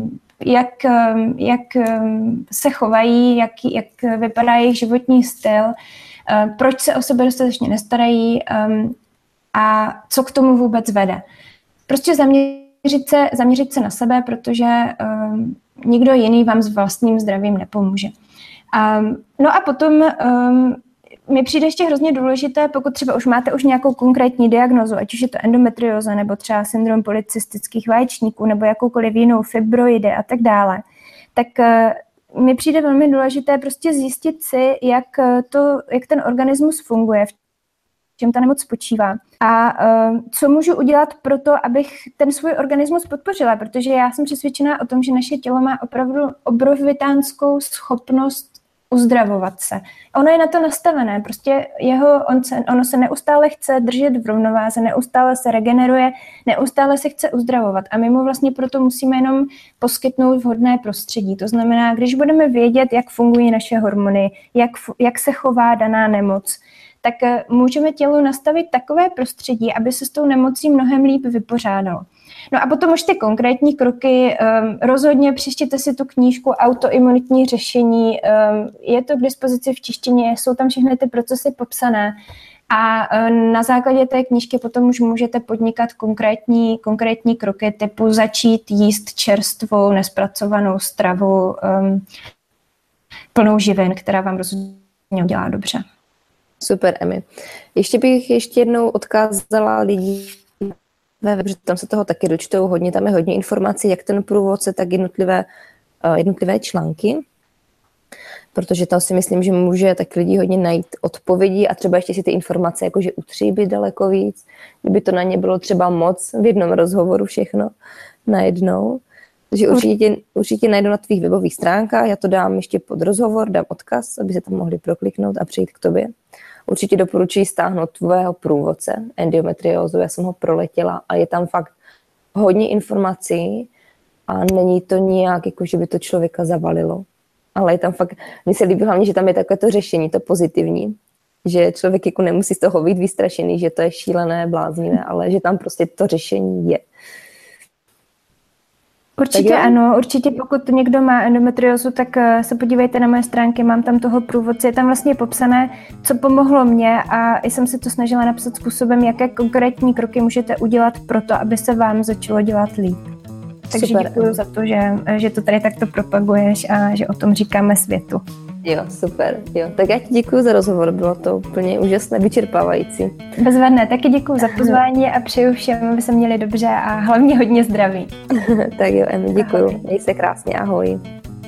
jak se chovají, jak vypadá jejich životní styl, proč se o sebe dostatečně nestarají a co k tomu vůbec vede. Prostě zaměřit se na sebe, protože nikdo jiný vám s vlastním zdravím nepomůže. No a potom mi přijde ještě hrozně důležité, pokud třeba už máte nějakou konkrétní diagnózu, ať už je to endometrióza, nebo třeba syndrom polycystických vaječníků, nebo jakoukoliv jinou fibroidy a tak dále, tak mi přijde velmi důležité prostě zjistit si, jak ten organismus funguje, v čem ta nemoc spočívá a co můžu udělat pro to, abych ten svůj organismus podpořila, protože já jsem přesvědčená o tom, že naše tělo má opravdu obrovitánskou schopnost uzdravovat se. Ono je na to nastavené, prostě ono se neustále chce držet v rovnováze, neustále se regeneruje, neustále se chce uzdravovat a my mu vlastně proto musíme jenom poskytnout vhodné prostředí. To znamená, když budeme vědět, jak fungují naše hormony, jak se chová daná nemoc, tak můžeme tělu nastavit takové prostředí, aby se s tou nemocí mnohem líp vypořádalo. No a potom už ty konkrétní kroky, rozhodně přečtěte si tu knížku Autoimunitní řešení, je to k dispozici v češtině, jsou tam všechny ty procesy popsané a na základě té knížky potom už můžete podnikat konkrétní kroky typu začít jíst čerstvou, nespracovanou stravu plnou živin, která vám rozhodně udělá dobře. Super, Emi. Ještě bych jednou odkázala lidí, protože tam se toho taky dočtou hodně, tam je hodně informací, jak ten průvodce, tak jednotlivé články, protože tam si myslím, že může tak lidi hodně najít odpovědi a třeba ještě si ty informace jakože utříbit daleko víc, kdyby to na ně bylo třeba moc v jednom rozhovoru všechno najednou. Takže určitě najdu na tvých webových stránkách, já to dám ještě pod rozhovor, dám odkaz, aby se tam mohli prokliknout a přijít k tobě. Určitě doporučuji stáhnout tvého průvodce, endometriózu, já jsem ho proletěla a je tam fakt hodně informací a není to nijak, jako že by to člověka zavalilo. Ale je tam fakt, mně se líbí hlavně, že tam je takové to řešení, to pozitivní, že člověk jako nemusí z toho být vystrašený, že to je šílené, bláznivé, ale že tam prostě to řešení je. Určitě ano, určitě pokud někdo má endometriózu, tak se podívejte na moje stránky, mám tam toho průvodce, je tam vlastně popsané, co pomohlo mně a jsem se to snažila napsat způsobem, jaké konkrétní kroky můžete udělat pro to, aby se vám začalo dělat líp. Takže děkuji za to, že to tady takto propaguješ a že o tom říkáme světu. Jo, super. Jo. Tak já ti děkuji za rozhovor, bylo to úplně úžasné, vyčerpávající. Bezvadné, taky děkuji za pozvání a přeju všem, aby se měli dobře a hlavně hodně zdraví. Tak jo, Emi, děkuji. Měj se krásně, ahoj.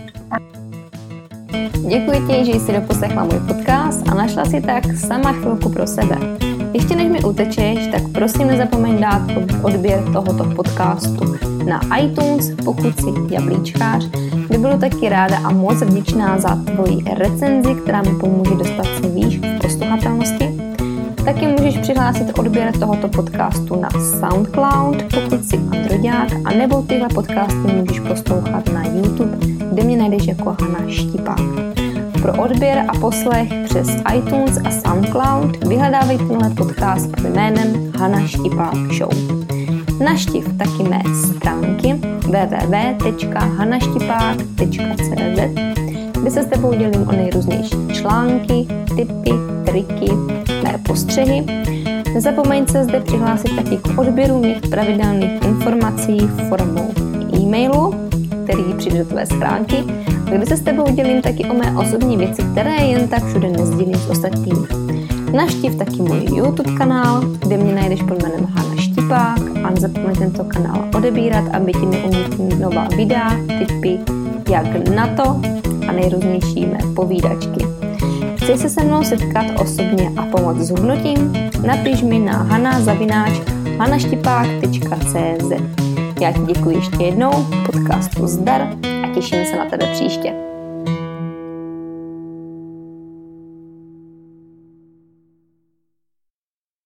Děkuji ti, že jsi doposlechla můj podcast a našla si tak sama chvilku pro sebe. Ještě než mi utečeš, tak prosím nezapomeň dát odběr tohoto podcastu na iTunes, pokud jsi jablíčkář. By budu taky ráda a moc vděčná za tvoji recenzi, která mi pomůže dostat se výš v posluchatelnosti. Taky můžeš přihlásit odběr tohoto podcastu na SoundCloud, pokud jsi androďák, anebo tyhle podcasty můžeš poslouchat na YouTube, kde mě najdeš jako Hana Štipák. Pro odběr a poslech přes iTunes a SoundCloud vyhledávej tenhle podcast pod jménem Hana Štipák Show. Navštiv taky mé stránky www.hanaštipák.cz, kde se s tebou dělím o nejrůznější články, tipy, triky, mé postřehy. Nezapomeň se zde přihlásit taky k odběru mých pravidelných informací formou e-mailu, který přijde do tvé schránky, kde se s tebou dělím taky o mé osobní věci, které jen tak všude nesdílím s ostatními. Navštiv taky můj YouTube kanál, kde mě najdeš pod jménem Hana Štipák a nezapomeň tento kanál odebírat, aby ti neunikly nová videa, tipy, jak na to a nejrůznější mé povídačky. Chceš se mnou setkat osobně a pomoct s hubnutím? Napiš mi na hana@hanaštipák.cz. Já ti děkuji ještě jednou, podcastu zdar a těším se na tebe příště.